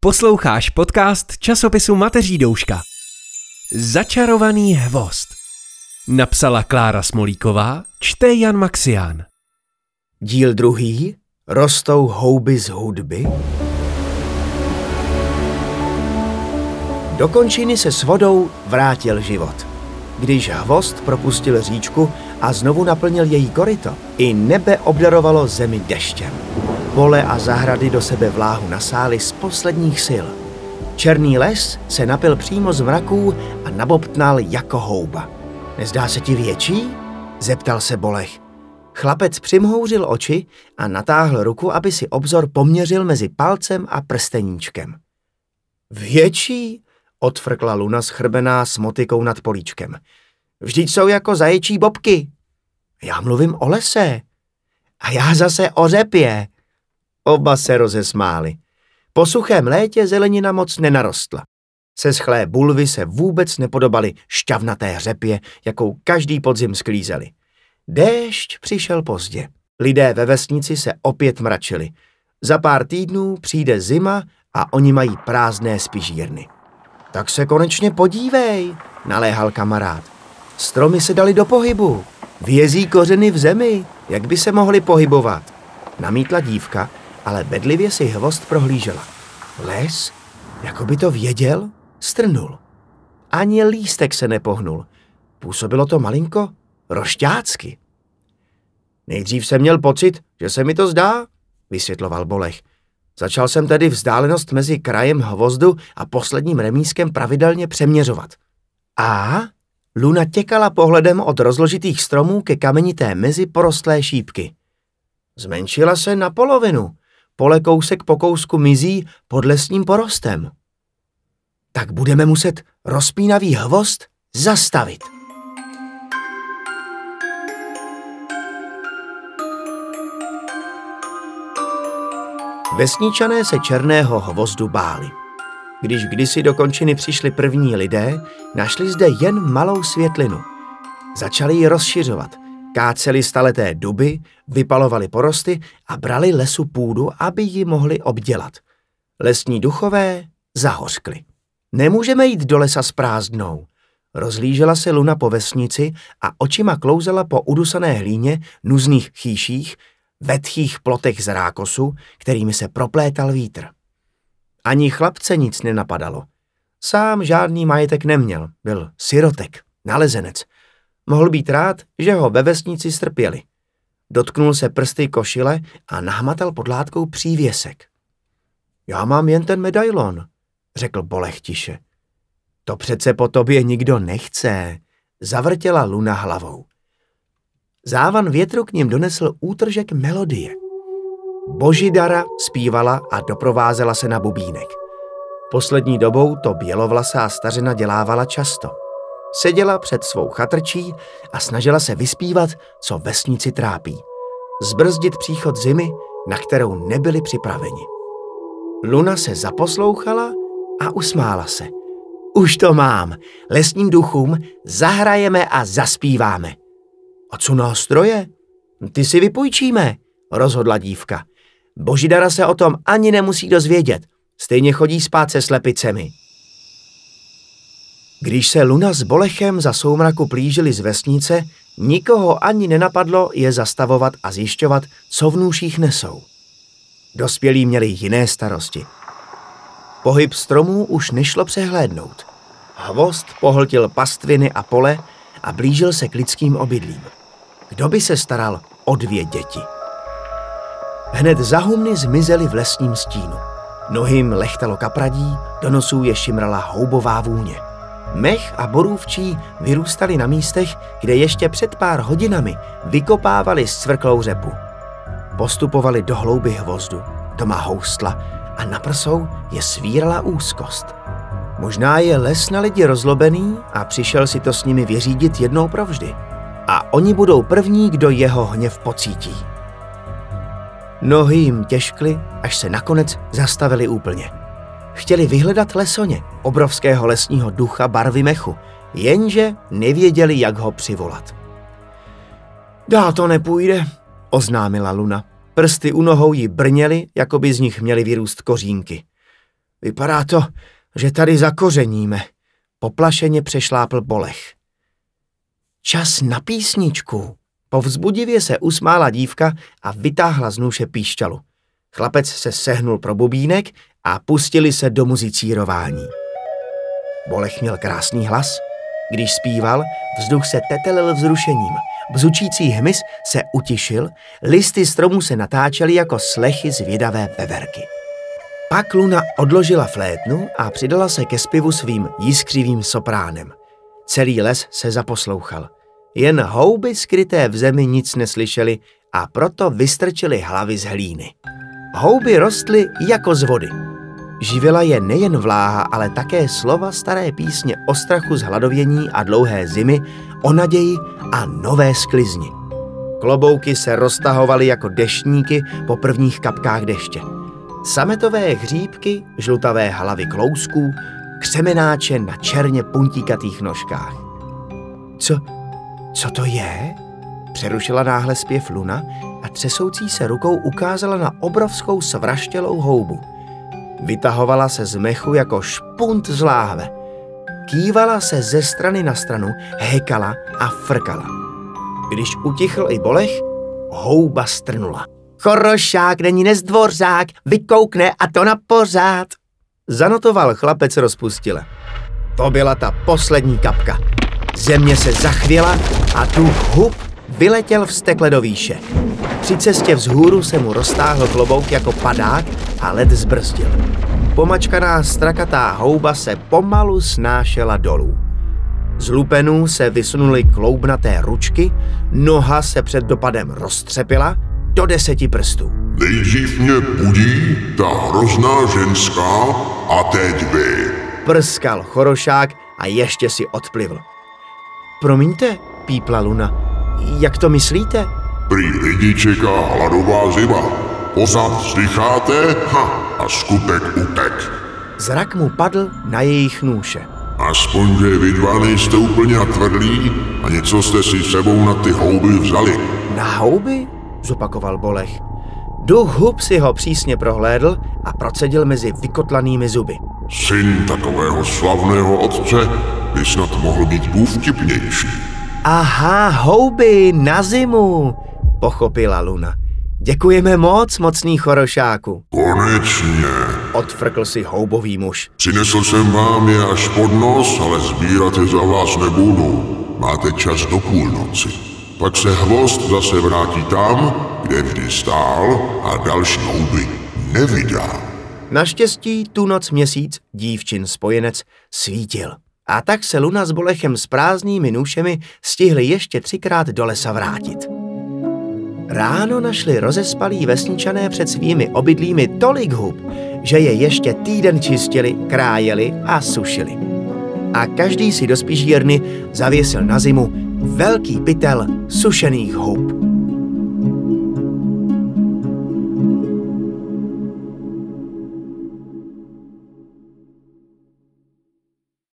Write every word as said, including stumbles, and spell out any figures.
Posloucháš podcast časopisu Mateří douška. Začarovaný hvozd. Napsala Klára Smolíková, čte Jan Maxián. Díl druhý. Rostou houby z hudby. Do končiny se s vodou vrátil život. Když hvozd propustil říčku a znovu naplnil její koryto, i nebe obdarovalo zemi deštěm. Pole a zahrady do sebe vláhu nasály z posledních sil. Černý les se napil přímo z mraků a nabobtnal jako houba. Nezdá se ti větší? Zeptal se Bolech. Chlapec přimhouřil oči a natáhl ruku, aby si obzor poměřil mezi palcem a prsteníčkem. Větší? Odfrkla Luna schrbená s motykou nad políčkem. Vždyť jsou jako zaječí bobky. Já mluvím o lese. A já zase o řepě. Oba se rozesmáli. Po suchém létě zelenina moc nenarostla. Seschlé bulvy se vůbec nepodobaly šťavnaté řepě, jakou každý podzim sklízeli. Déšť přišel pozdě. Lidé ve vesnici se opět mračili. Za pár týdnů přijde zima a oni mají prázdné spižírny. Tak se konečně podívej, naléhal kamarád. Stromy se dali do pohybu. Vězí kořeny v zemi, jak by se mohly pohybovat. Namítla dívka, ale bedlivě si hvozd prohlížela. Les, jako by to věděl, strnul. Ani lístek se nepohnul. Působilo to malinko rošťácky. Nejdřív jsem měl pocit, že se mi to zdá, vysvětloval Bolech. Začal jsem tedy vzdálenost mezi krajem hvozdu a posledním remízkem pravidelně přeměřovat. A Luna těkala pohledem od rozložitých stromů ke kamenité mezi porostlé šípky. Zmenšila se na polovinu. Pole kousek po kousku mizí pod lesním porostem. Tak budeme muset rozpínavý hvozd zastavit. Vesničané se černého hvozdu báli. Když kdysi do končiny přišli první lidé, našli zde jen malou světlinu. Začali ji rozšiřovat. Káceli staleté duby, vypalovali porosty a brali lesu půdu, aby ji mohli obdělat. Lesní duchové zahořkli. Nemůžeme jít do lesa s prázdnou. Rozhlížela se Luna po vesnici a očima klouzela po udusané hlíně, nuzných chýších, vetchých plotech z rákosu, kterými se proplétal vítr. Ani chlapce nic nenapadalo. Sám žádný majetek neměl, byl sirotek, nalezenec. Mohl být rád, že ho ve vesnici strpěli. Dotknul se prsty košile a nahmatal pod látkou přívěsek. Já mám jen ten medailon, řekl Bolech tiše. To přece po tobě nikdo nechce, zavrtěla Luna hlavou. Závan větru k nim donesl útržek melodie. Božidara zpívala a doprovázela se na bubínek. Poslední dobou to bělovlasá stařena dělávala často. Seděla před svou chatrčí a snažila se vyspívat, co vesnici trápí. Zbrzdit příchod zimy, na kterou nebyli připraveni. Luna se zaposlouchala a usmála se. Už to mám, lesním duchům zahrajeme a zaspíváme. A co nástroje? Ty si vypůjčíme, rozhodla dívka. Božidara se o tom ani nemusí dozvědět, stejně chodí spát se slepicemi. Když se Luna s Bolechem za soumraku plížili z vesnice, nikoho ani nenapadlo je zastavovat a zjišťovat, co v nůších nesou. Dospělí měli jiné starosti. Pohyb stromů už nešlo přehlédnout. Hvozd pohltil pastviny a pole a blížil se k lidským obydlím. Kdo by se staral o dvě děti? Hned za humny zmizely v lesním stínu. Nohým lechtalo kapradí, do nosů je šimrala houbová vůně. Mech a borůvčí vyrůstaly na místech, kde ještě před pár hodinami vykopávali zcvrklou řepu. Postupovali do hlouby hvozdu, doma houstla a na prsou je svírala úzkost. Možná je les na lidi rozlobený a přišel si to s nimi vyřídit jednou provždy. A oni budou první, kdo jeho hněv pocítí. Nohy jim těžkly, až se nakonec zastavili úplně. Chtěli vyhledat lesoně, obrovského lesního ducha barvy mechu, jenže nevěděli, jak ho přivolat. Dál to nepůjde, oznámila Luna. Prsty u nohou jí brněly, jako by z nich měly vyrůst kořínky. Vypadá to, že tady zakořeníme. Poplašeně přešlápl Bolech. Čas na písničku. Povzbudivě se usmála dívka a vytáhla z nůše píšťalu. Chlapec se sehnul pro bubínek a pustili se do muzicírování. Bolech měl krásný hlas. Když zpíval, vzduch se tetelil vzrušením. Bzučící hmyz se utišil, listy stromů se natáčely jako slechy zvědavé veverky. Pak Luna odložila flétnu a přidala se ke zpěvu svým jiskřivým sopránem. Celý les se zaposlouchal. Jen houby skryté v zemi nic neslyšely a proto vystrčily hlavy z hlíny. Houby rostly jako z vody. Živila je nejen vláha, ale také slova staré písně o strachu z hladovění a dlouhé zimy, o naději a nové sklizni. Klobouky se roztahovaly jako deštníky po prvních kapkách deště. Sametové hříbky, žlutavé hlavy klousků, křemenáče na černě puntíkatých nožkách. Co, co to je? Přerušila náhle zpěv Luna a třesoucí se rukou ukázala na obrovskou svraštělou houbu. Vytahovala se z mechu jako špunt z láhve. Kývala se ze strany na stranu, hekala a frkala. Když utichl i Bolech, houba strnula. Chorošák není nezdvořák, vykoukne a to na pořád. Zanotoval chlapec rozpustile. To byla ta poslední kapka. Země se zachvěla a duch hub vyletěl vztekle do výše. Při cestě vzhůru se mu roztáhl klobouk jako padák a led zbrzdil. Pomačkaná strakatá houba se pomalu snášela dolů. Z lupenů se vysunuly kloubnaté ručky, noha se před dopadem roztřepila do deseti prstů. Nejdřív mě budí ta hrozná ženská a teď vy. Prskal Chorošák a ještě si odplivl. Promiňte, pípla Luna, jak to myslíte? Prý lidi čeká hladová zima. Pozad slycháte? Ha, a skutek utek. Zrak mu padl na jejich nůše. Aspoň, že vy dva nejste úplně tvrdlí a něco jste si sebou na ty houby vzali. Na houby? Zopakoval Bolech. Duch hub si ho přísně prohlédl a procedil mezi vykotlanými zuby. Syn takového slavného otce by snad mohl být Bůh vtipnější. Aha, houby na zimu, pochopila Luna. Děkujeme moc, mocný Chorošáku. Konečně. Odfrkl si houbový muž. Přinesl jsem vám je až pod nos, ale sbírat je za vás nebudu. Máte čas do půlnoci. Pak se Hvozd zase vrátí tam, kde vždy stál a další houby nevydá. Naštěstí tu noc měsíc, dívčin spojenec, svítil. A tak se Luna s Bolechem s prázdnými nůšemi stihli ještě třikrát do lesa vrátit. Ráno našli rozespalí vesničané před svými obydlími tolik hub, že je ještě týden čistili, krájeli a sušili. A každý si do spižírny zavěsil na zimu velký pytel sušených hub.